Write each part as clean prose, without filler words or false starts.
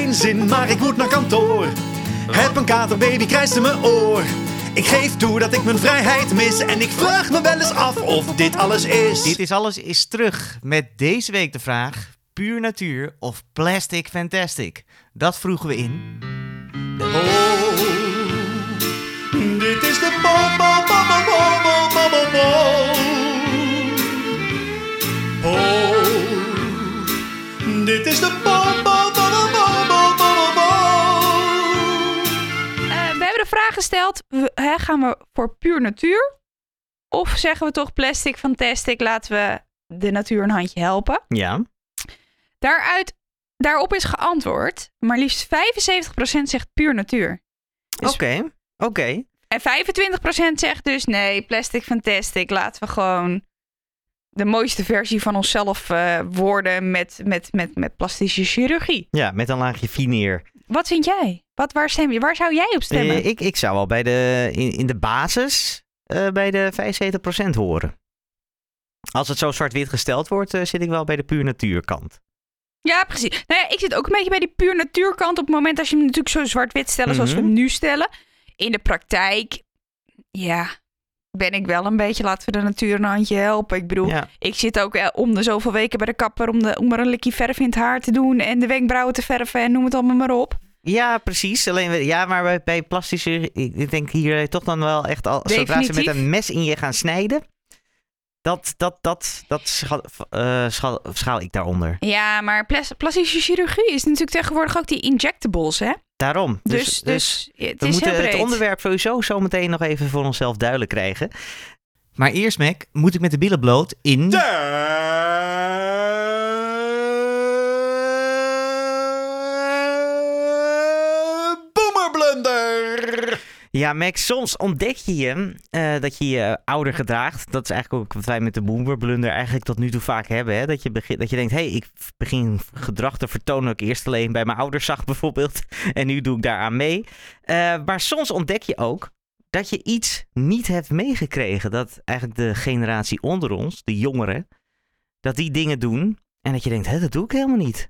geen zin, maar ik moet naar kantoor. Heb een katerbaby, krijst in mijn oor. Ik geef toe dat ik mijn vrijheid mis. En ik vraag me wel eens af of dit alles is. Dit is alles is terug met deze week de vraag: puur natuur of plastic fantastic? Dat vroegen we in. Dit is de Dit is de We hebben de vraag gesteld, gaan we voor puur natuur? Of zeggen we toch plastic fantastic, laten we de natuur een handje helpen? Ja. Daarop is geantwoord, maar liefst 75% zegt puur natuur. Dus Oké. En 25% zegt dus nee, plastic fantastic, laten we gewoon de mooiste versie van onszelf worden met plastische chirurgie. Ja, met een laagje veneer. Wat vind jij? Waar stem je? Waar zou jij op stemmen? Ik zou wel bij in de basis bij de 75% horen. Als het zo zwart-wit gesteld wordt, zit ik wel bij de puur natuurkant. Ja, precies. Nou ja, ik zit ook een beetje bij die puur natuurkant op het moment als je hem natuurlijk zo zwart-wit stellen zoals we hem nu stellen. In de praktijk, ja, ben ik wel een beetje, laten we de natuur een handje helpen. Ik bedoel, Ik zit ook om de zoveel weken bij de kapper om er een likje verf in het haar te doen en de wenkbrauwen te verven en noem het allemaal maar op. Ja, precies. Alleen, maar bij plastische, ik denk hier toch dan wel echt al, zodra ze met een mes in je gaan snijden, dat schaal ik daaronder. Ja, maar plastische chirurgie is natuurlijk tegenwoordig ook die injectables, hè? Daarom. Dus het we is moeten heel breed. het onderwerp sowieso zo meteen nog even voor onszelf duidelijk krijgen. Maar eerst, Mac, moet ik met de billen bloot in... Boomerblunder! Ja, Max, soms ontdek je dat je je ouder gedraagt. Dat is eigenlijk ook wat wij met de boomerblunder eigenlijk tot nu toe vaak hebben. Hè? Dat je denkt, ik begin gedrag te vertonen dat ik eerst alleen bij mijn ouders zag bijvoorbeeld. En nu doe ik daaraan mee. Maar soms ontdek je ook dat je iets niet hebt meegekregen. Dat eigenlijk de generatie onder ons, de jongeren, dat die dingen doen. En dat je denkt, dat doe ik helemaal niet.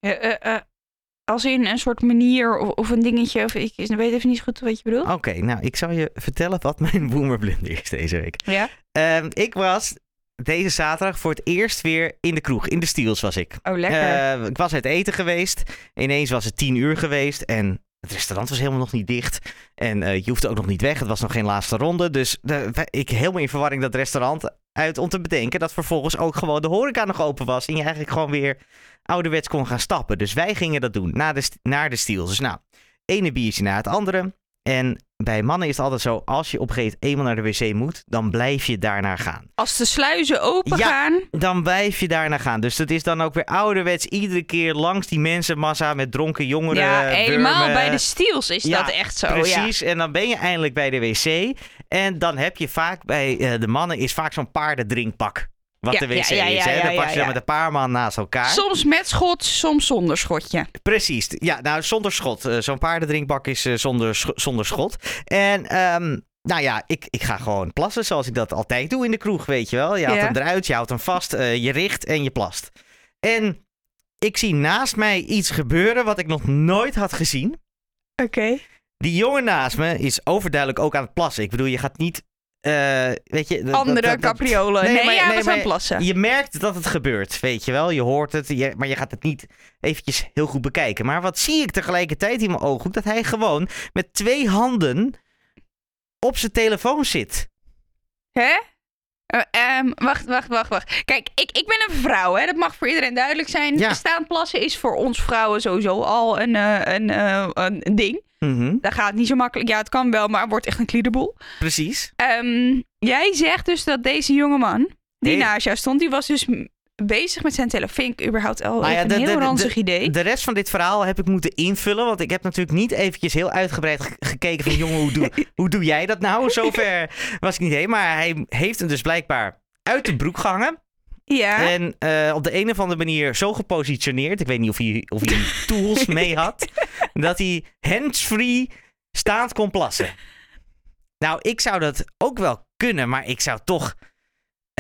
Als in een soort manier of een dingetje. Of ik weet even niet goed wat je bedoelt. Oké, nou, ik zal je vertellen wat mijn boomerblunder is deze week. Ja? Ik was deze zaterdag voor het eerst weer in de kroeg. In de Stiels was ik. Oh, lekker. Ik was uit eten geweest. Ineens was het 10:00 geweest. En het restaurant was helemaal nog niet dicht. En je hoefde ook nog niet weg. Het was nog geen laatste ronde. Dus ik helemaal in verwarring dat restaurant uit om te bedenken dat vervolgens ook gewoon de horeca nog open was. En je eigenlijk gewoon weer ouderwets kon gaan stappen. Dus wij gingen dat doen naar de Stiels. Dus nou, ene biertje na het andere. En bij mannen is het altijd zo, als je op een gegeven moment eenmaal naar de wc moet, dan blijf je daarnaar gaan. Als de sluizen open gaan. Dan blijf je daarnaar gaan. Dus dat is dan ook weer ouderwets iedere keer langs die mensenmassa met dronken jongeren. Ja, helemaal bij de Stiels is dat echt zo. Precies, ja. En dan ben je eindelijk bij de wc. En dan heb je vaak bij de mannen is vaak zo'n paardendrinkpak. Wat de wc is. Dan pak je dan met een paar man naast elkaar. Soms met schot, soms zonder schotje. Precies. Ja, nou zonder schot. Zo'n paardendrinkbak is zonder schot. En nou ja, ik ga gewoon plassen zoals ik dat altijd doe in de kroeg, weet je wel. Je haalt hem eruit, je houdt hem vast, je richt en je plast. En ik zie naast mij iets gebeuren wat ik nog nooit had gezien. Oké. Die jongen naast me is overduidelijk ook aan het plassen. Ik bedoel, je gaat niet... weet je, andere capriolen. We gaan plassen. Je merkt dat het gebeurt, weet je wel. Je hoort het, maar je gaat het niet eventjes heel goed bekijken. Maar wat zie ik tegelijkertijd in mijn ooghoek? Dat hij gewoon met 2 handen op zijn telefoon zit. Hè? Wacht. Kijk, ik ben een vrouw, hè. Dat mag voor iedereen duidelijk zijn. Ja. Staand plassen is voor ons vrouwen sowieso al een ding. Mm-hmm. Dat gaat niet zo makkelijk. Ja, het kan wel, maar het wordt echt een kliederboel. Precies. Jij zegt dus dat deze jongeman die naast jou stond, die was dus bezig met zijn telefoon. Vind ik überhaupt al een heel ranzig idee. De rest van dit verhaal heb ik moeten invullen, want ik heb natuurlijk niet eventjes heel uitgebreid gekeken van jongen, hoe doe jij dat nou? Zover was ik niet heen, maar hij heeft hem dus blijkbaar uit de broek gehangen. Ja. En op de een of andere manier zo gepositioneerd, ik weet niet of hij tools mee had, dat hij hands-free staand kon plassen. Nou, ik zou dat ook wel kunnen, maar ik zou toch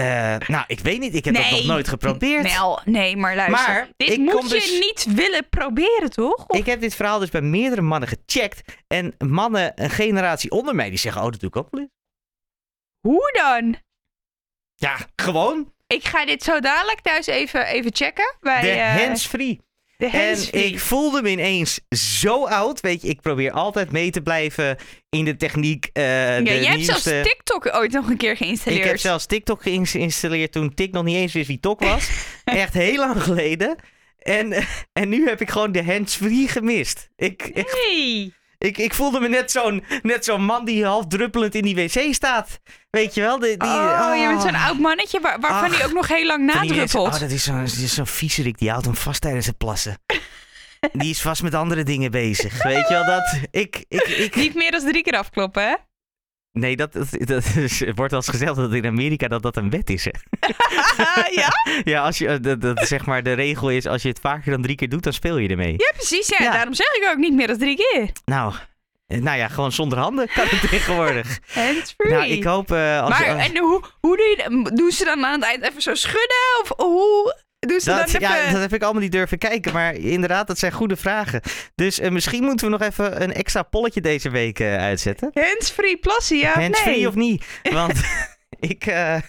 Nou, ik weet niet. Ik heb dat nog nooit geprobeerd. Nee, maar luister. Maar dit moet je niet willen proberen, toch? Of? Ik heb dit verhaal dus bij meerdere mannen gecheckt. En mannen, een generatie onder mij, die zeggen... dat doe ik ook wel eens. Hoe dan? Ja, gewoon. Ik ga dit zo dadelijk thuis even checken. Bij, de hands-free. En ik voelde me ineens zo oud. Weet je, ik probeer altijd mee te blijven in de techniek. Jij hebt zelfs TikTok ooit nog een keer geïnstalleerd. Ik heb zelfs TikTok geïnstalleerd toen Tik nog niet eens wist wie Tok was. Echt heel lang geleden. En nu heb ik gewoon de hands-free gemist. Ik voelde me net zo'n man die half druppelend in die wc staat. Weet je wel? Je bent zo'n oud mannetje waarvan hij ook nog heel lang nadruppelt. Dat is zo'n viezerik, die houdt hem vast tijdens het plassen. Die is vast met andere dingen bezig. Weet je wel, dat... Niet meer dan 3 keer afkloppen, hè? Nee, dat wordt wel eens gezegd dat in Amerika dat een wet is, hè? Ja? Ja, als je, dat zeg maar de regel is, als je het vaker dan 3 keer doet, dan speel je ermee. Ja, precies. Ja. Daarom zeg ik ook niet meer dan 3 keer. Nou ja, gewoon zonder handen kan het tegenwoordig. Hands-free. Nou, ik hoop... En hoe doe je... Doen ze dan aan het eind even zo schudden? Of hoe... Dat heb ik allemaal niet durven kijken. Maar inderdaad, dat zijn goede vragen. Dus misschien moeten we nog even een extra polletje deze week uitzetten. Hands-free plassen, ja of nee? Hands-free of niet? Want ik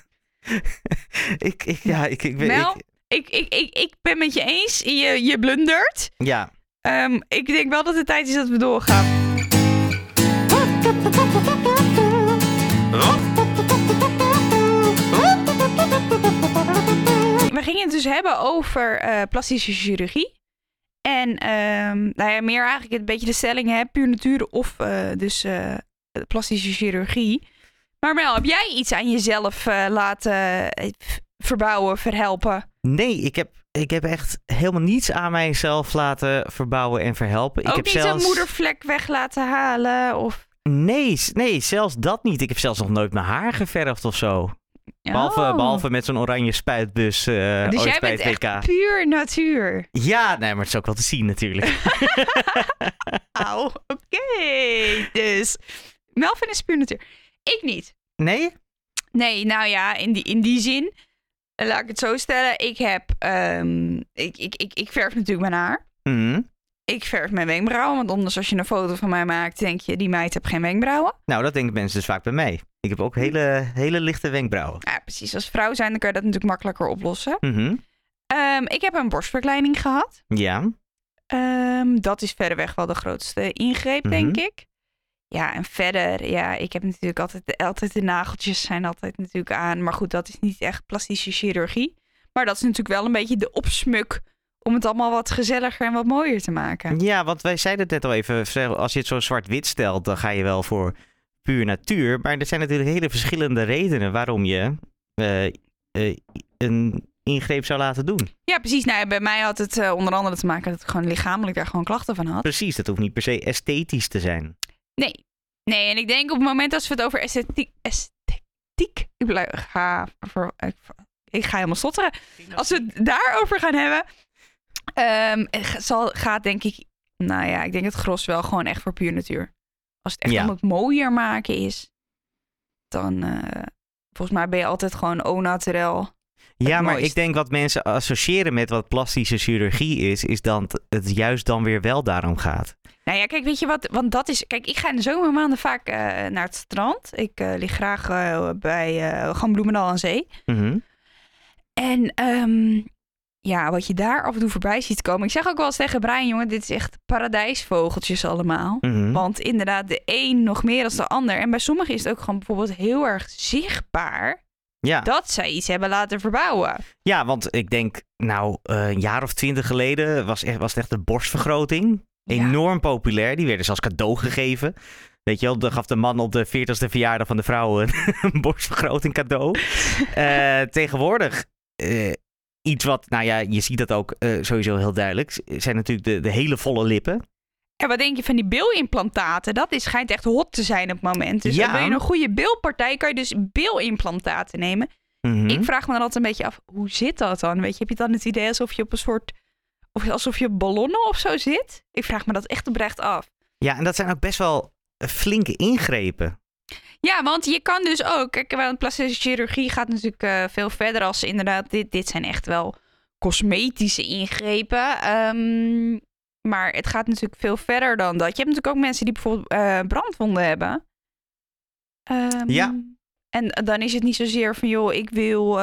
ben met je eens. Je blundert. Ja. Ik denk wel dat het tijd is dat we doorgaan. We gingen het dus hebben over plastische chirurgie. En meer eigenlijk een beetje de stelling, puur natuur of plastische chirurgie. Maar Mel, heb jij iets aan jezelf laten verbouwen, verhelpen? Nee, ik heb echt helemaal niets aan mijzelf laten verbouwen en verhelpen. Ook niet een moedervlek weg laten halen? Of... Nee, zelfs dat niet. Ik heb zelfs nog nooit mijn haar geverfd of zo. Behalve met zo'n oranje spuitbus dus jij bent echt puur natuur. Ja, nee, maar het is ook wel te zien natuurlijk. Oké. Dus Melvin is puur natuur. Ik niet. Nee? Nee, nou ja, in die zin, laat ik het zo stellen. Ik heb, ik verf natuurlijk mijn haar. Mm. Ik verf mijn wenkbrauwen, want anders als je een foto van mij maakt, denk je, die meid heeft geen wenkbrauwen. Nou, dat denken mensen dus vaak bij mij. Ik heb ook hele lichte wenkbrauwen. Ja, precies. Als vrouw zijn, dan kan je dat natuurlijk makkelijker oplossen. Mm-hmm. Ik heb een borstverkleining gehad. Ja. Dat is verreweg wel de grootste ingreep, denk ik. Ja, en verder, ik heb natuurlijk altijd de nageltjes zijn altijd natuurlijk aan. Maar goed, dat is niet echt plastische chirurgie. Maar dat is natuurlijk wel een beetje de opsmuk om het allemaal wat gezelliger en wat mooier te maken. Ja, want wij zeiden het net al even. Als je het zo zwart-wit stelt, dan ga je wel voor puur natuur. Maar er zijn natuurlijk hele verschillende redenen waarom je een ingreep zou laten doen. Ja, precies. Nou, bij mij had het onder andere te maken dat ik gewoon lichamelijk daar gewoon klachten van had. Precies, dat hoeft niet per se esthetisch te zijn. Nee, en ik denk op het moment als we het over esthetiek ik ga helemaal stotteren. Als we het daarover gaan hebben, gaat denk ik, ik denk het gros wel gewoon echt voor puur natuur. Als het echt om het mooier maken is, dan volgens mij ben je altijd gewoon au naturel. Ja, maar ik denk wat mensen associëren met wat plastische chirurgie is dat het juist dan weer wel daarom gaat. Nou ja, kijk, weet je wat? Want dat is... Kijk, ik ga in de zomermaanden vaak naar het strand. Ik lig graag bij gewoon Bloemendaal aan zee. Mm-hmm. En wat je daar af en toe voorbij ziet komen. Ik zeg ook wel eens tegen Brian, jongen, dit is echt paradijsvogeltjes allemaal. Mm-hmm. Want inderdaad, de een nog meer dan de ander. En bij sommigen is het ook gewoon bijvoorbeeld heel erg zichtbaar dat zij iets hebben laten verbouwen. Ja, want ik denk, een jaar of 20 geleden was het echt de borstvergroting. Enorm populair. Die werden zelfs cadeau gegeven. Weet je wel, dan gaf de man op de 40ste verjaardag van de vrouw een borstvergroting cadeau. Tegenwoordig, iets wat, je ziet dat ook sowieso heel duidelijk, zijn natuurlijk de hele volle lippen. En wat denk je van die bilimplantaten? Dat schijnt echt hot te zijn op het moment. Dus wil je een goede bilpartij, kan je dus bilimplantaten nemen. Mm-hmm. Ik vraag me dan altijd een beetje af, hoe zit dat dan? Weet je, heb je dan het idee alsof je op een soort... Of alsof je ballonnen of zo zit? Ik vraag me dat echt oprecht af. Ja, en dat zijn ook best wel flinke ingrepen. Ja, want je kan dus ook... Kijk, want plastische chirurgie gaat natuurlijk veel verder als inderdaad... Dit zijn echt wel cosmetische ingrepen. Maar het gaat natuurlijk veel verder dan dat. Je hebt natuurlijk ook mensen die bijvoorbeeld brandwonden hebben. Ja. En dan is het niet zozeer van... joh, ik wil...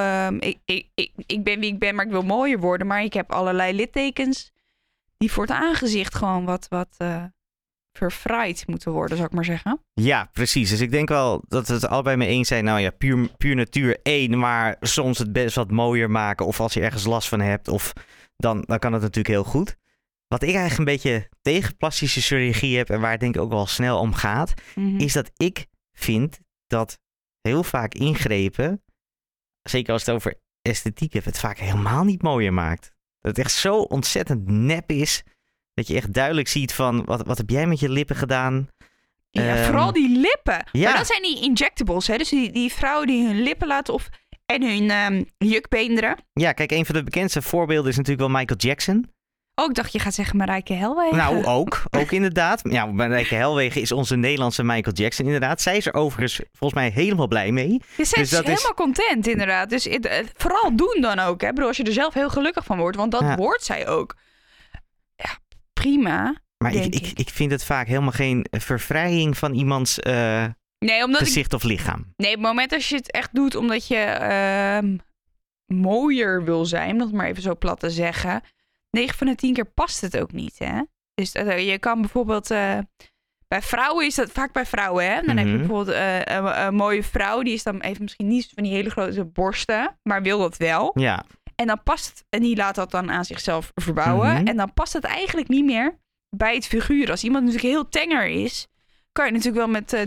ik ben wie ik ben, maar ik wil mooier worden. Maar ik heb allerlei littekens... die voor het aangezicht gewoon wat verfraaid moeten worden, zou ik maar zeggen. Ja, precies. Dus ik denk wel dat we het allebei mee eens zijn. Nou ja, puur natuur 1, maar soms het best wat mooier maken. Of als je ergens last van hebt, of dan kan het natuurlijk heel goed. Wat ik eigenlijk een beetje tegen plastische chirurgie heb en waar het denk ik ook wel snel om gaat, is dat ik vind dat heel vaak ingrepen, zeker als het over esthetiek hebt, het vaak helemaal niet mooier maakt. Dat het echt zo ontzettend nep is, dat je echt duidelijk ziet van, wat heb jij met je lippen gedaan? Ja, vooral die lippen. Ja. Maar dat zijn die injectables, hè? Dus die vrouwen die hun lippen laten en hun jukbeenderen. Ja, kijk, een van de bekendste voorbeelden is natuurlijk wel Michael Jackson. Oh, ik dacht je gaat zeggen Marijke Helwegen. Nou, ook inderdaad. Ja, Marijke Helwegen is onze Nederlandse Michael Jackson inderdaad. Zij is er overigens volgens mij helemaal blij mee. Ja, zij is helemaal content inderdaad. Dus vooral doen dan ook. Hè? Ik bedoel, als je er zelf heel gelukkig van wordt. Want dat wordt zij ook. Ja, prima. Maar ik vind het vaak helemaal geen vervrijing van iemands gezicht of lichaam. Nee, op het moment als je het echt doet omdat je mooier wil zijn. Om dat maar even zo plat te zeggen. 9 van de 10 keer past het ook niet, hè? Dus je kan bijvoorbeeld... bij vrouwen is dat vaak bij vrouwen, hè? Dan heb je bijvoorbeeld een mooie vrouw. Die is dan even misschien niet van die hele grote borsten. Maar wil dat wel. Ja. En dan past het... En die laat dat dan aan zichzelf verbouwen. En dan past het eigenlijk niet meer bij het figuur. Als iemand natuurlijk heel tenger is... kan je natuurlijk wel met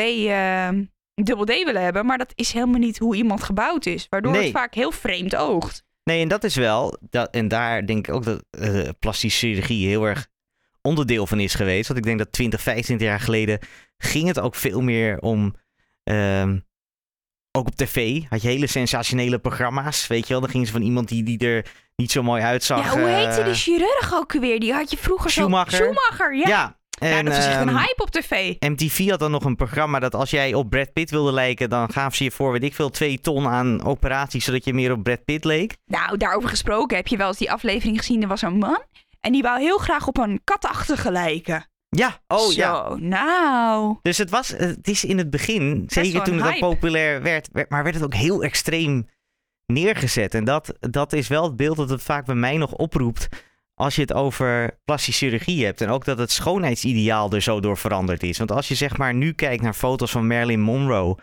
dubbel D willen hebben. Maar dat is helemaal niet hoe iemand gebouwd is. Waardoor het vaak heel vreemd oogt. Nee, en dat is wel... en daar denk ik ook dat plastische chirurgie heel erg onderdeel van is geweest. Want ik denk dat 20, 25 jaar geleden ging het ook veel meer om... ook op tv had je hele sensationele programma's. Weet je wel, dan gingen ze van iemand die er niet zo mooi uitzag. Ja, hoe heette die chirurg ook weer? Die had je vroeger Schumacher, ja. En, dat was echt een hype op tv. MTV had dan nog een programma dat als jij op Brad Pitt wilde lijken, dan gaven ze je voor, weet ik veel, 2 ton aan operaties, zodat je meer op Brad Pitt leek. Nou, daarover gesproken, heb je wel eens die aflevering gezien? Er was een man en die wou heel graag op een katachtige lijken. Ja, ja. Nou. Dus het is in het begin, zeker toen het populair werd, maar werd het ook heel extreem neergezet. En dat is wel het beeld dat het vaak bij mij nog oproept als je het over plastische chirurgie hebt. En ook dat het schoonheidsideaal er zo door veranderd is. Want als je zeg maar nu kijkt naar foto's van Marilyn Monroe,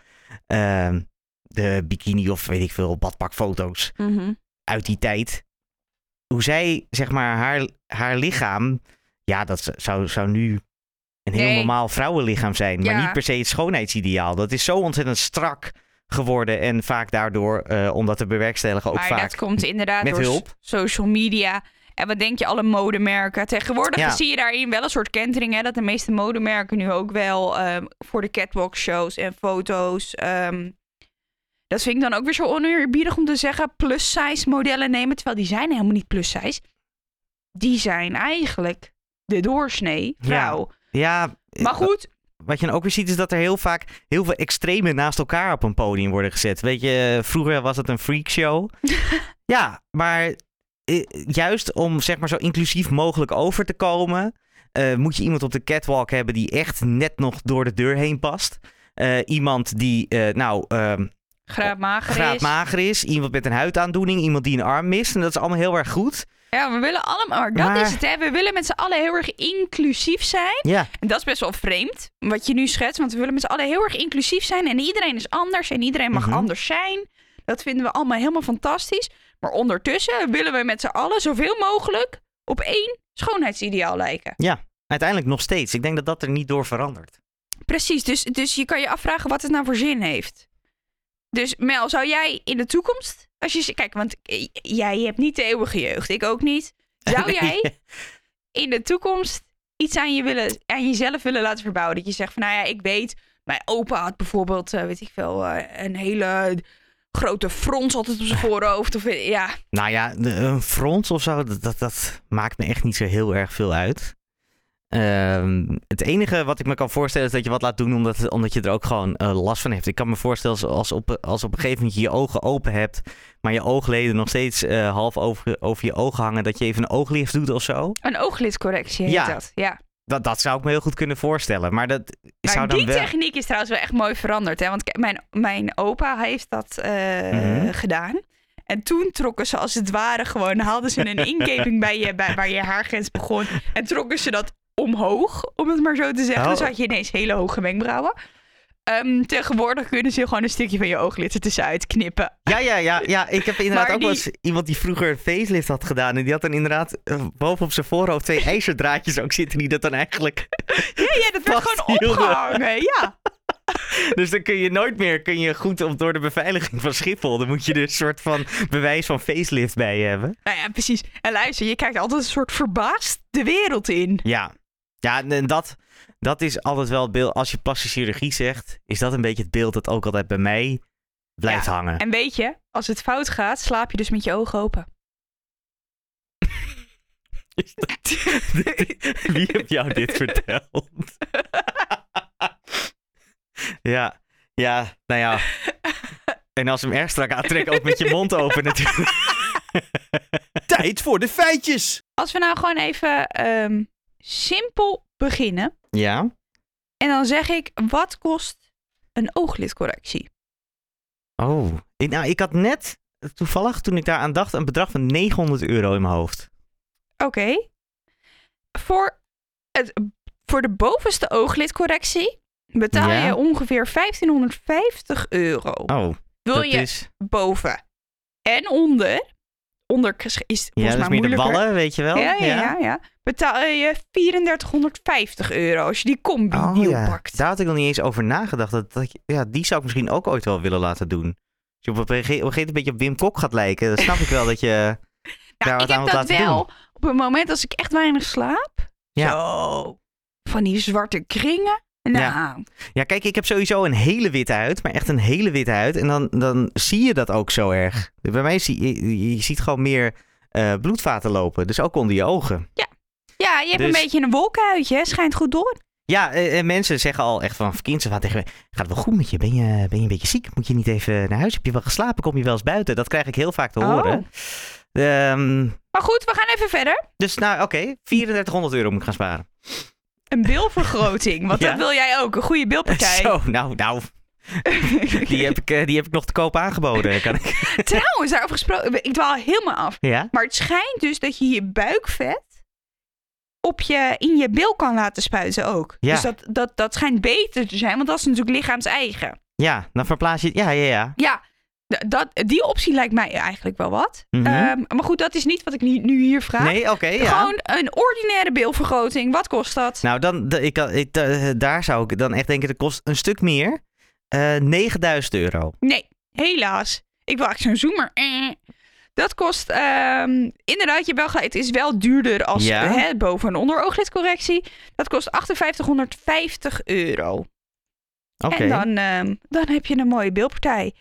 de bikini of weet ik veel, badpakfoto's uit die tijd. Hoe zij zeg maar haar lichaam, ja, dat zou nu een heel normaal vrouwenlichaam zijn. Maar niet per se het schoonheidsideaal. Dat is zo ontzettend strak geworden. En vaak daardoor, om dat te bewerkstelligen, ook maar vaak dat komt inderdaad met door hulp. Social media. En wat denk je, alle modemerken? Tegenwoordig zie je daarin wel een soort kentering. Hè, dat de meeste modemerken nu ook wel voor de catwalk shows en foto's. Dat vind ik dan ook weer zo oneerbiedig om te zeggen plus size modellen nemen. Terwijl die zijn helemaal niet plus size. Die zijn eigenlijk de doorsnee vrouw. Ja, maar goed. Wat je dan ook weer ziet is dat er heel vaak heel veel extremen naast elkaar op een podium worden gezet. Weet je, vroeger was het een freakshow. Ja, maar juist om zeg maar zo inclusief mogelijk over te komen, moet je iemand op de catwalk hebben die echt net nog door de deur heen past. Iemand die graadmager is. Iemand met een huidaandoening. Iemand die een arm mist. En dat is allemaal heel erg goed. Ja, we willen allemaal... Dat is het, hè. We willen met z'n allen heel erg inclusief zijn. Ja. En dat is best wel vreemd, wat je nu schetst. Want we willen met z'n allen heel erg inclusief zijn. En iedereen is anders. En iedereen mag anders zijn. Dat vinden we allemaal helemaal fantastisch. Maar ondertussen willen we met z'n allen zoveel mogelijk op 1 schoonheidsideaal lijken. Ja, uiteindelijk nog steeds. Ik denk dat dat er niet door verandert. Precies. Dus je kan je afvragen wat het nou voor zin heeft. Dus Mel, zou jij in de toekomst... Kijk, want jij hebt niet de eeuwige jeugd. Ik ook niet. Zou jij in de toekomst iets aan jezelf willen laten verbouwen? Dat je zegt van, nou ja, ik weet... Mijn opa had bijvoorbeeld, weet ik veel... een hele grote frons altijd op zijn voorhoofd. Of, ja. Nou ja, een frons of zo, dat maakt me echt niet zo heel erg veel uit. Het enige wat ik me kan voorstellen is dat je wat laat doen omdat je er ook gewoon last van hebt. Ik kan me voorstellen als op een gegeven moment je ogen open hebt, maar je oogleden nog steeds half over je ogen hangen, dat je even een ooglift doet of zo. Een ooglidcorrectie heet dat, ja. Dat zou ik me heel goed kunnen voorstellen. Maar die techniek is trouwens wel echt mooi veranderd. Hè? Want mijn opa heeft dat gedaan. En toen trokken ze als het ware haalden ze een inkeping bij waar je haargrens begon. En trokken ze dat omhoog, om het maar zo te zeggen. Dus had je ineens hele hoge wenkbrauwen. Tegenwoordig kunnen ze gewoon een stukje van je ooglid ertussenuit knippen. Ja. Ik heb inderdaad ook wel eens iemand die vroeger een facelift had gedaan. En die had dan inderdaad bovenop zijn voorhoofd 2 ijzerdraadjes ook zitten. Die dat dan eigenlijk Ja, dat werd gewoon opgehangen. Ja. Dus dan kun je nooit meer goed door de beveiliging van Schiphol. Dan moet je er een soort van bewijs van facelift bij hebben. Nou ja, precies. En luister, je kijkt altijd een soort verbaasd de wereld in. Ja, en dat is altijd wel het beeld. Als je plastische chirurgie zegt, is dat een beetje het beeld dat ook altijd bij mij blijft hangen. En weet je, als het fout gaat, slaap je dus met je ogen open. Wie heeft jou dit verteld? Ja, nou ja. En als we hem erg strak aantrekken, ook met je mond open natuurlijk. Tijd voor de feitjes. Als we nou gewoon even simpel beginnen. Ja. En dan zeg ik, wat kost een ooglidcorrectie? Oh, ik had net toevallig toen ik daaraan dacht een bedrag van €900 in mijn hoofd. Oké. Voor de bovenste ooglidcorrectie betaal je ongeveer €1550. Oh, wil je boven en onder is volgens mij dus meer de moeilijker. ballen, weet je wel. Ja. Betaal je €3450 als je die combi deal pakt. Daar had ik nog niet eens over nagedacht. Die zou ik misschien ook ooit wel willen laten doen. Als je op een gegeven moment een beetje op Wim Kok gaat lijken, dan snap ik wel dat je daar wat aan moet laten doen. Ik heb dat wel op een moment als ik echt weinig slaap. Ja. Zo, van die zwarte kringen. Nou. Ja, kijk, ik heb sowieso een hele witte huid, maar echt een hele witte huid. En dan zie je dat ook zo erg. Bij mij je ziet gewoon meer bloedvaten lopen, dus ook onder je ogen. Ja, je hebt een beetje een wolkenhuidje, schijnt goed door. Ja, en mensen zeggen al echt van kinds af aan tegen me, gaat het wel goed met je? Ben je een beetje ziek? Moet je niet even naar huis? Heb je wel geslapen? Kom je wel eens buiten? Dat krijg ik heel vaak te horen. Maar goed, we gaan even verder. Dus nou, oké, €3400 moet ik gaan sparen. Een bilvergroting, want dat wil jij ook. Een goede bilpartij. Zo, nou. Die heb ik nog te koop aangeboden. Kan ik... Trouwens, daarover gesproken, ik dwaal helemaal af. Ja? Maar het schijnt dus dat je je buikvet in je bil kan laten spuiten ook. Ja. Dus dat schijnt beter te zijn, want dat is natuurlijk lichaams-eigen. Ja, dan verplaats je het. Ja. Ja, die optie lijkt mij eigenlijk wel wat. Mm-hmm. Maar goed, dat is niet wat ik nu hier vraag. Nee, oké, ja. Gewoon een ordinaire bilvergroting. Wat kost dat? Nou, daar zou ik dan echt denken, dat kost een stuk meer. €9000. Nee, helaas. Ik wil eigenlijk zo'n zoomer. Dat kost inderdaad, je wel gelijk. Het is wel duurder als boven- en onderooglidcorrectie. Dat kost €5850. Oké. En dan heb je een mooie bilpartij.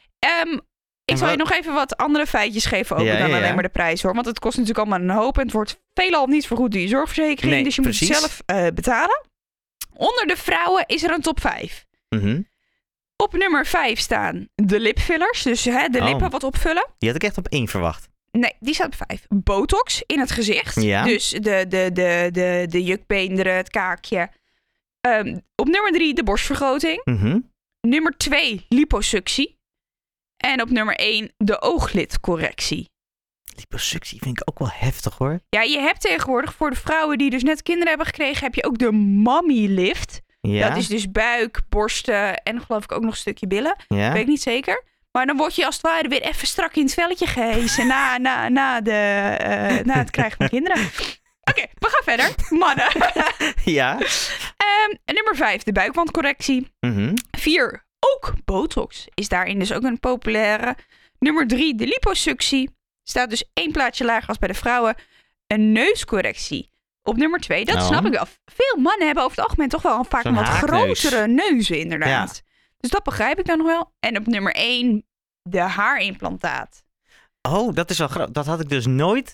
Ik zal je nog even wat andere feitjes geven ook dan alleen maar de prijs hoor. Want het kost natuurlijk allemaal een hoop. En het wordt veelal niet vergoed door je zorgverzekering. Nee, dus je moet het zelf betalen. Onder de vrouwen is er een top 5. Mm-hmm. Op nummer 5 staan de lipfillers. Dus de lippen wat opvullen. Die had ik echt op 1 verwacht. Nee, die staat op 5. Botox in het gezicht. Ja. Dus de jukbeenderen, het kaakje. Op nummer 3 de borstvergroting. Mm-hmm. Nummer 2 liposuctie. En op nummer 1 de ooglidcorrectie. Liposuctie vind ik ook wel heftig hoor. Ja, je hebt tegenwoordig voor de vrouwen die dus net kinderen hebben gekregen, heb je ook de mommy lift. Ja. Dat is dus buik, borsten en geloof ik ook nog een stukje billen. Ja. Weet ik niet zeker. Maar dan word je als het ware weer even strak in het velletje gehesen na het krijgen van kinderen. Oké, we gaan verder. Mannen. Ja. Nummer 5, de buikwandcorrectie. Mm-hmm. 4, ook botox. Is daarin dus ook een populaire. Nummer 3, de liposuctie. Staat dus 1 plaatsje lager als bij de vrouwen. Een neuscorrectie. Op nummer 2, dat snap ik wel. Veel mannen hebben over het algemeen toch wel vaak een wat grotere neuzen inderdaad. Ja. Dus dat begrijp ik dan nog wel. En op nummer 1, de haarimplantaat. Oh, dat is wel grappig. Dat had ik dus nooit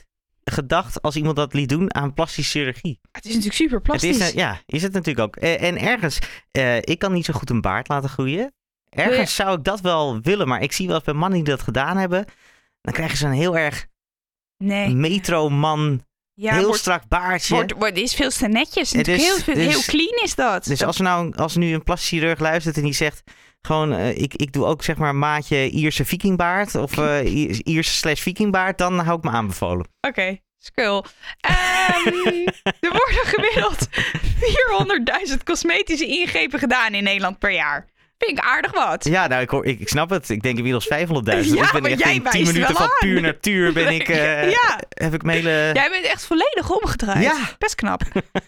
gedacht als iemand dat liet doen aan plastische chirurgie. Het is natuurlijk super plastisch. Is het natuurlijk ook. En ergens, ik kan niet zo goed een baard laten groeien. Ergens zou ik dat wel willen, maar ik zie wel eens bij mannen die dat gedaan hebben. Dan krijgen ze een heel erg metroman, heel strak baardje. Is veel te netjes. Heel clean is dat. Dus als nu een plastisch chirurg luistert en die zegt gewoon, ik doe ook zeg maar maatje Ierse vikingbaard of Ierse/vikingbaard, dan hou ik me aanbevolen. Oké. Skul. Er worden gemiddeld 400.000 cosmetische ingrepen gedaan in Nederland per jaar. Vind ik aardig wat. Ja, nou, ik snap het. Ik denk inmiddels 500.000. Ja, ik ben maar echt jij in 10 minuten van puur natuur heb ik mijn hele... Jij bent echt volledig omgedraaid. Ja. Best knap.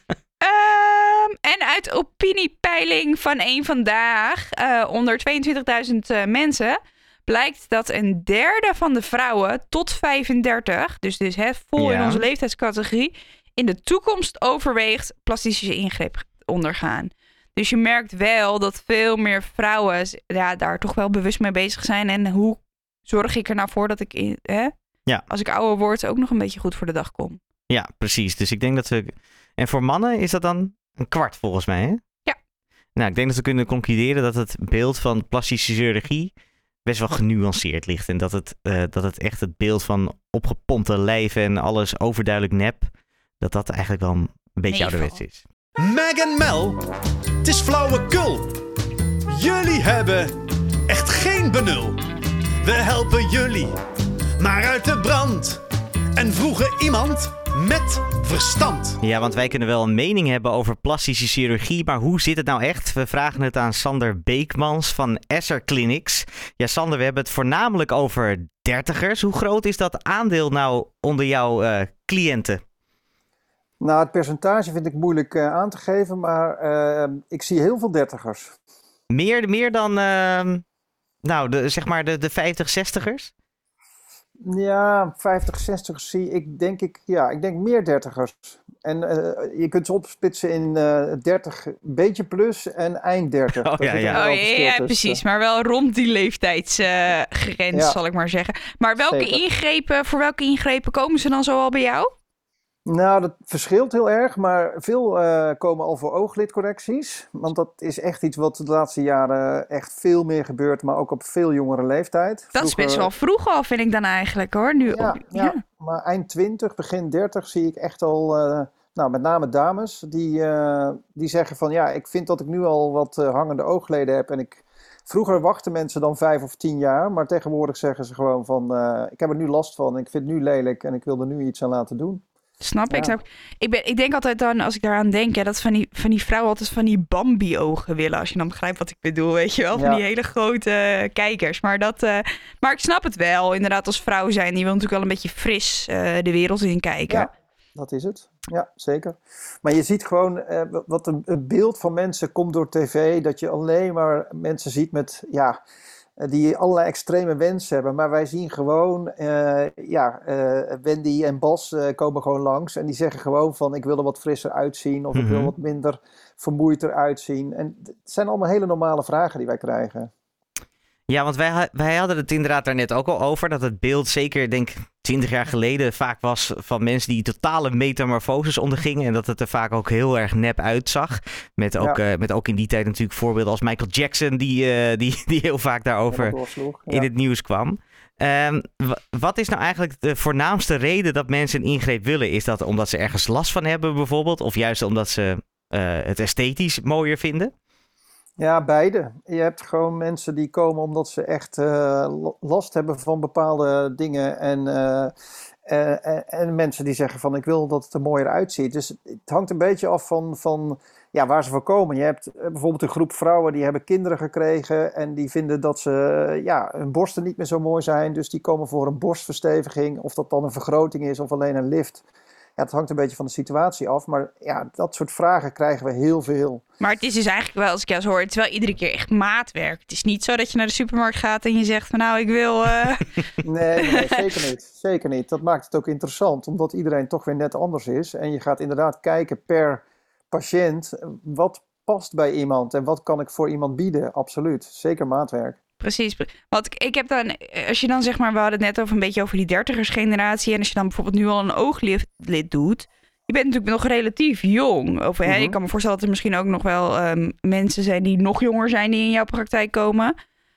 En uit opiniepeiling van Eén Vandaag onder 22.000 mensen blijkt dat een derde van de vrouwen tot 35, dus vol in onze leeftijdscategorie, in de toekomst overweegt plastische ingreep ondergaan. Dus je merkt wel dat veel meer vrouwen daar toch wel bewust mee bezig zijn. En hoe zorg ik er nou voor dat ik, als ik ouder word, ook nog een beetje goed voor de dag kom. Ja, precies. Dus ik denk dat we... En voor mannen is dat dan een kwart volgens mij, hè? Ja. Nou, ik denk dat we kunnen concluderen dat het beeld van plastische chirurgie best wel genuanceerd ligt. En dat het echt het beeld van opgepompte lijven en alles overduidelijk nep, dat eigenlijk wel een beetje ouderwets is. Meg en Mel, het is flauwekul. Jullie hebben echt geen benul. We helpen jullie, maar uit de brand. En vroegen iemand met verstand. Ja, want wij kunnen wel een mening hebben over plastische chirurgie, maar hoe zit het nou echt? We vragen het aan Sander Beekmans van Esser Clinics. Ja, Sander, we hebben het voornamelijk over dertigers. Hoe groot is dat aandeel nou onder jouw cliënten? Nou, het percentage vind ik moeilijk aan te geven, maar ik zie heel veel dertigers. Meer dan, zeg maar de 50, 60ers? Ja, 50, 60 zie ik, ik denk meer dertigers. En je kunt ze opsplitsen in 30 beetje plus en eind 30. Ja, precies. Maar wel rond die leeftijdsgrens, zal ik maar zeggen. Maar voor welke ingrepen komen ze dan zo al bij jou? Nou, dat verschilt heel erg, maar veel komen al voor ooglidcorrecties. Want dat is echt iets wat de laatste jaren echt veel meer gebeurt, maar ook op veel jongere leeftijd. Dat is best wel vroeg al, vind ik dan eigenlijk, hoor. Nu, ja, maar eind 20, begin 30 zie ik echt al, met name dames, die zeggen van ik vind dat ik nu al wat hangende oogleden heb. Vroeger wachten mensen dan 5 of 10 jaar, maar tegenwoordig zeggen ze gewoon van, ik heb er nu last van, ik vind het nu lelijk en ik wil er nu iets aan laten doen. Snap ik. Ik denk altijd dan, als ik daaraan denk, dat van die vrouwen altijd van die Bambi-ogen willen. Als je dan begrijpt wat ik bedoel, weet je wel. Van die hele grote kijkers. Maar ik snap het wel. Inderdaad, als vrouw zijn, die wil natuurlijk wel een beetje fris de wereld in kijken. Ja, dat is het. Ja, zeker. Maar je ziet gewoon, wat een beeld van mensen komt door tv, dat je alleen maar mensen ziet met, die allerlei extreme wensen hebben. Maar wij zien gewoon, Wendy en Bas komen gewoon langs. En die zeggen gewoon van, ik wil er wat frisser uitzien. Of ik wil wat minder vermoeid eruit zien. En het zijn allemaal hele normale vragen die wij krijgen. Ja, want wij hadden het inderdaad daar net ook al over. Dat het beeld zeker, denk 20 jaar geleden vaak was van mensen die totale metamorfoses ondergingen. En dat het er vaak ook heel erg nep uitzag. Met ook in die tijd natuurlijk voorbeelden als Michael Jackson. Die heel vaak daarover in het nieuws kwam. Wat is nou eigenlijk de voornaamste reden dat mensen een ingreep willen? Is dat omdat ze ergens last van hebben bijvoorbeeld? Of juist omdat ze het esthetisch mooier vinden? Ja, beide. Je hebt gewoon mensen die komen omdat ze echt last hebben van bepaalde dingen. En mensen die zeggen van, ik wil dat het er mooier uitziet. Dus het hangt een beetje af van waar ze voor komen. Je hebt bijvoorbeeld een groep vrouwen die hebben kinderen gekregen. En die vinden dat ze hun borsten niet meer zo mooi zijn. Dus die komen voor een borstversteviging. Of dat dan een vergroting is of alleen een lift. Ja, het hangt een beetje van de situatie af. Maar dat soort vragen krijgen we heel veel. Maar het is dus eigenlijk wel, als ik jou zo hoor, het is wel iedere keer echt maatwerk. Het is niet zo dat je naar de supermarkt gaat en je zegt van ik wil... Nee, zeker niet. Zeker niet. Dat maakt het ook interessant, omdat iedereen toch weer net anders is. En je gaat inderdaad kijken per patiënt, wat past bij iemand en wat kan ik voor iemand bieden? Absoluut. Zeker maatwerk. Precies. Want ik heb dan, als je dan zeg maar, we hadden het net over een beetje over die 30ersgeneratie. En als je dan bijvoorbeeld nu al een ooglid doet. Je bent natuurlijk nog relatief jong. Of, ik kan me voorstellen dat er misschien ook nog wel mensen zijn die nog jonger zijn die in jouw praktijk komen.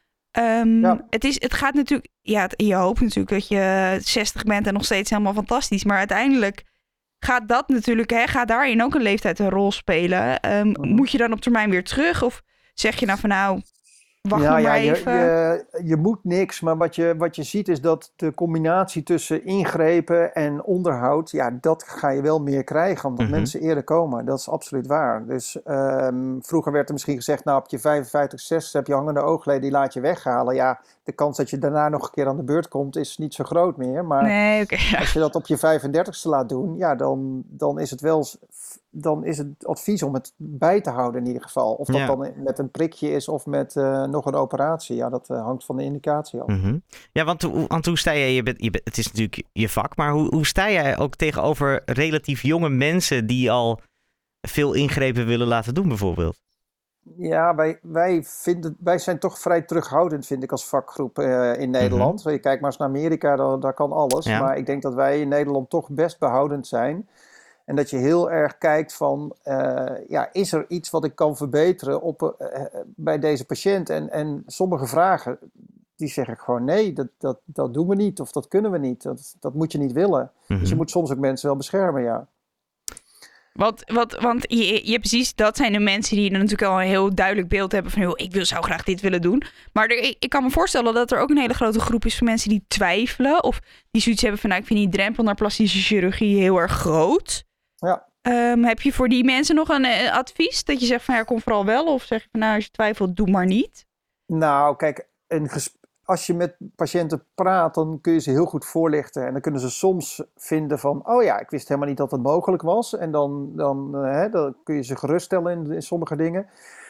Het gaat natuurlijk, je hoopt natuurlijk dat je 60 bent en nog steeds helemaal fantastisch. Maar uiteindelijk gaat dat natuurlijk, gaat daarin ook een leeftijd een rol spelen. Moet je dan op termijn weer terug? Of zeg je nou van wacht nog maar even? Je moet niks, maar wat je ziet is dat de combinatie tussen ingrepen en onderhoud, dat ga je wel meer krijgen, omdat mensen eerder komen. Dat is absoluut waar. Dus vroeger werd er misschien gezegd, nou op je 55, 60 heb je hangende oogleden, die laat je weghalen. Ja, de kans dat je daarna nog een keer aan de beurt komt is niet zo groot meer. Maar als je dat op je 35ste laat doen, dan is het wel... Dan is het advies om het bij te houden in ieder geval. Of dat dan met een prikje is of met nog een operatie. Ja, dat hangt van de indicatie af. Ja, want hoe sta jij? Het is natuurlijk je vak, maar hoe sta jij ook tegenover relatief jonge mensen die al veel ingrepen willen laten doen bijvoorbeeld? Ja, wij zijn toch vrij terughoudend, vind ik, als vakgroep in Nederland. Je kijkt maar eens naar Amerika, daar kan alles. Ja. Maar ik denk dat wij in Nederland toch best behoudend zijn. En dat je heel erg kijkt van, is er iets wat ik kan verbeteren bij deze patiënt? En sommige vragen, die zeg ik gewoon nee, dat doen we niet of dat kunnen we niet. Dat moet je niet willen. Dus je moet soms ook mensen wel beschermen, ja. Want je precies, dat zijn de mensen die natuurlijk al een heel duidelijk beeld hebben van, ik zou graag dit willen doen. Maar ik kan me voorstellen dat er ook een hele grote groep is van mensen die twijfelen of die zoiets hebben van, ik vind die drempel naar plastische chirurgie heel erg groot. Ja. Heb je voor die mensen nog een advies? Dat je zegt van kom vooral wel? Of zeg je van als je twijfelt, doe maar niet? Nou, kijk, als je met patiënten praat, dan kun je ze heel goed voorlichten. En dan kunnen ze soms vinden van, ik wist helemaal niet dat het mogelijk was. En dan kun je ze geruststellen in sommige dingen.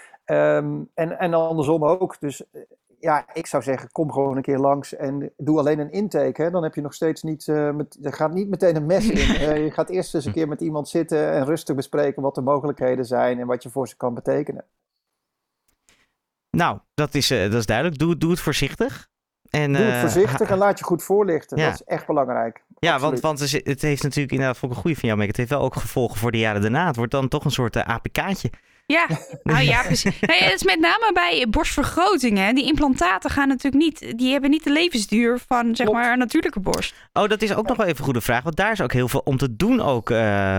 En andersom ook. Dus ik zou zeggen, kom gewoon een keer langs en doe alleen een intake. Hè? Dan heb je nog steeds niet, er gaat niet meteen een mes in. Je gaat eerst eens een keer met iemand zitten en rustig bespreken wat de mogelijkheden zijn en wat je voor ze kan betekenen. Nou, dat is duidelijk. Doe het voorzichtig. Doe het voorzichtig en laat je goed voorlichten. Ja. Dat is echt belangrijk. Ja, want het heeft natuurlijk inderdaad, vond ik een goeie van jou, Meg. Het heeft wel ook gevolgen voor de jaren daarna. Het wordt dan toch een soort APK'tje. Ja, precies. Het is met name bij borstvergrotingen. Die implantaten gaan natuurlijk niet, die hebben niet de levensduur van zeg maar een natuurlijke borst. Oh, dat is ook nog wel even een goede vraag. Want daar is ook heel veel om te doen ook.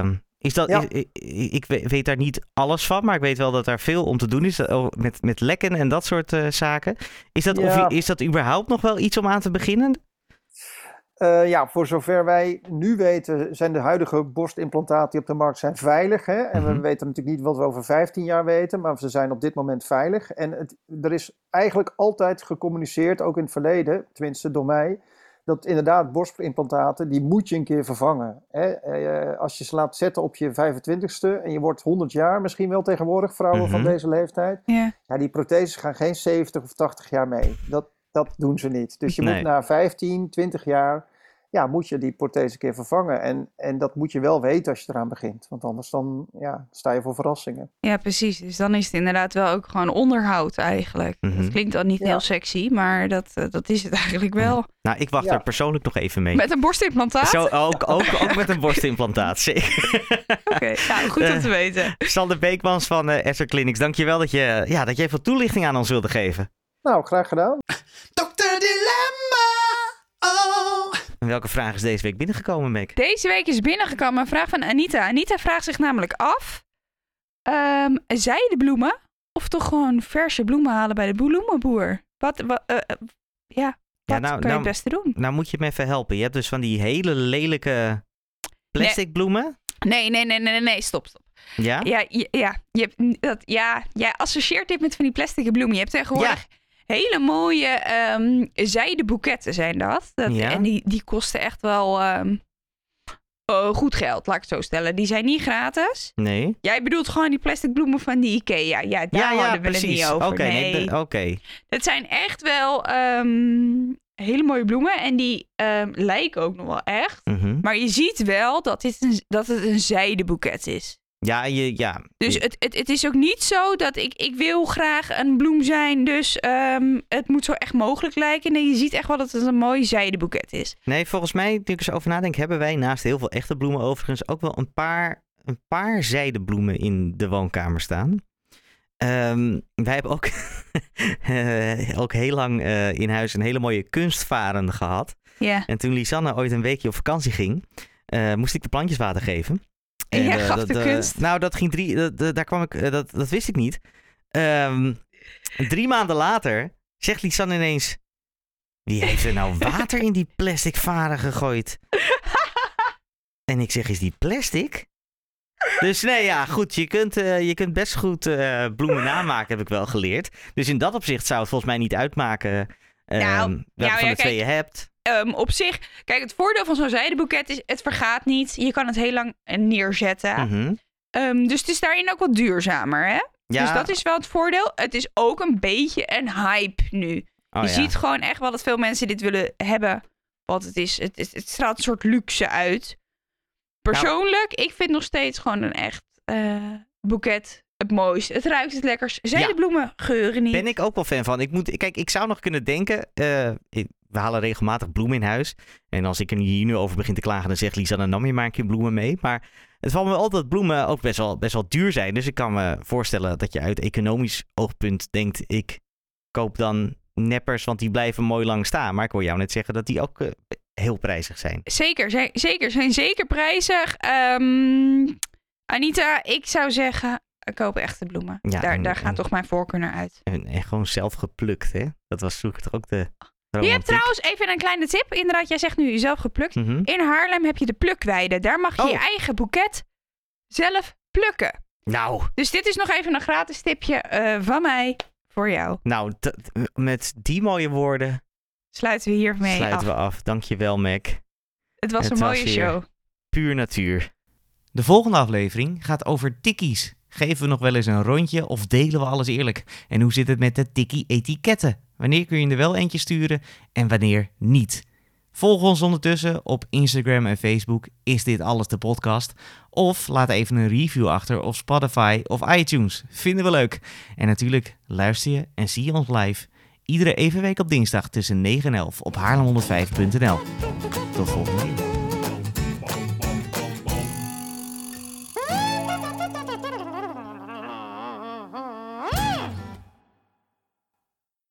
Ik weet daar niet alles van, maar ik weet wel dat daar veel om te doen is. Met lekken en dat soort zaken. Is dat überhaupt nog wel iets om aan te beginnen? Voor zover wij nu weten, zijn de huidige borstimplantaten die op de markt zijn veilig. Hè? En we weten natuurlijk niet wat we over 15 jaar weten, maar ze zijn op dit moment veilig. En er is eigenlijk altijd gecommuniceerd, ook in het verleden, tenminste door mij, dat inderdaad borstimplantaten, die moet je een keer vervangen. Hè? Als je ze laat zetten op je 25ste en je wordt 100 jaar, misschien wel tegenwoordig, vrouwen van deze leeftijd. Ja, die protheses gaan geen 70 of 80 jaar mee. Dat doen ze niet. Dus je moet na 15, 20 jaar, moet je die prothese een keer vervangen. En dat moet je wel weten als je eraan begint. Want anders dan sta je voor verrassingen. Ja, precies. Dus dan is het inderdaad wel ook gewoon onderhoud eigenlijk. Dat klinkt dan niet heel sexy, maar dat is het eigenlijk wel. Nou, ik wacht er persoonlijk nog even mee. Met een borstimplantaat? Zo, ook met een borstimplantaat, zeker. Oké, goed om te weten. Sander Beekmans van Esser Clinics, dankjewel dat je even toelichting aan ons wilde geven. Nou, graag gedaan. Dr. Dilemma. Oh. En welke vraag is deze week binnengekomen, Meg? Deze week is binnengekomen een vraag van Anita. Anita vraagt zich namelijk af, zijdebloemen of toch gewoon verse bloemen halen bij de bloemenboer? Wat kan je het beste doen? Nou moet je me even helpen. Je hebt dus van die hele lelijke plastic bloemen. Nee, stop. Ja? Jij associeert dit met van die plastic bloemen. Je hebt tegenwoordig hele mooie zijdenboeketten zijn dat. En die kosten echt wel goed geld, laat ik het zo stellen. Die zijn niet gratis. Nee. Jij bedoelt gewoon die plastic bloemen van die Ikea. Ja, daar hadden we het niet over. Oké. Dat zijn echt wel hele mooie bloemen. En die lijken ook nog wel echt. Maar je ziet wel dat het een zijdenboeket is. Ja. Dus het is ook niet zo dat ik wil graag een bloem zijn, dus het moet zo echt mogelijk lijken. Nee, je ziet echt wel dat het een mooi zijdenboeket is. Nee, volgens mij, nu ik er zo over nadenk, hebben wij naast heel veel echte bloemen overigens ook wel een paar zijdenbloemen in de woonkamer staan. Wij hebben ook, ook heel lang in huis een hele mooie kunstvaren gehad. Ja. En toen Lisanne ooit een weekje op vakantie ging, moest ik de plantjes water geven. En jij gaf de kunst? Nou, dat ging daar kwam ik, dat wist ik niet. 3 maanden later zegt Lisanne ineens: wie heeft er nou water in die plastic varen gegooid? En ik zeg: is die plastic? Dus nee, ja, goed. Je kunt best goed bloemen namaken, heb ik wel geleerd. Dus in dat opzicht zou het volgens mij niet uitmaken welke van de twee je hebt. Op zich, kijk, het voordeel van zo'n zijdenboeket is, het vergaat niet. Je kan het heel lang neerzetten. Mm-hmm. Dus het is daarin ook wat duurzamer, hè? Ja. Dus dat is wel het voordeel. Het is ook een beetje een hype nu. Je ziet gewoon echt wel dat veel mensen dit willen hebben. Want het straalt een soort luxe uit. Persoonlijk, ik vind nog steeds gewoon een echt boeket het mooist. Het ruikt het lekkers. Zijdenbloemen geuren niet. Ben ik ook wel fan van. Ik zou nog kunnen denken, we halen regelmatig bloemen in huis. En als ik er hier nu over begin te klagen, dan zegt Lisanne, nam je maar een keer bloemen mee. Maar het valt me op dat bloemen ook best wel duur zijn. Dus ik kan me voorstellen dat je uit economisch oogpunt denkt, ik koop dan neppers, want die blijven mooi lang staan. Maar ik hoor jou net zeggen dat die ook heel prijzig zijn. Zijn zeker prijzig. Anita, ik zou zeggen, koop echte bloemen. Ja, daar gaat toch mijn voorkeur naar uit. En gewoon zelf geplukt, hè? Dat was vroeger toch ook de romantiek. Je hebt trouwens even een kleine tip. Inderdaad, jij zegt nu zelf geplukt. Mm-hmm. In Haarlem heb je de plukweide. Daar mag je je eigen boeket zelf plukken. Nou. Dus dit is nog even een gratis tipje van mij voor jou. Nou, met die mooie woorden sluiten we hiermee af. Dankjewel, Mac. Het was een mooie show. Puur natuur. De volgende aflevering gaat over tikkies. Geven we nog wel eens een rondje of delen we alles eerlijk? En hoe zit het met de tikkie-etiketten? Wanneer kun je er wel eentje sturen en wanneer niet? Volg ons ondertussen op Instagram en Facebook. Is dit alles de podcast? Of laat even een review achter op Spotify of iTunes. Vinden we leuk. En natuurlijk luister je en zie je ons live. Iedere evenweek op dinsdag tussen 9 en 11 op haarlem105.nl. Tot volgende week.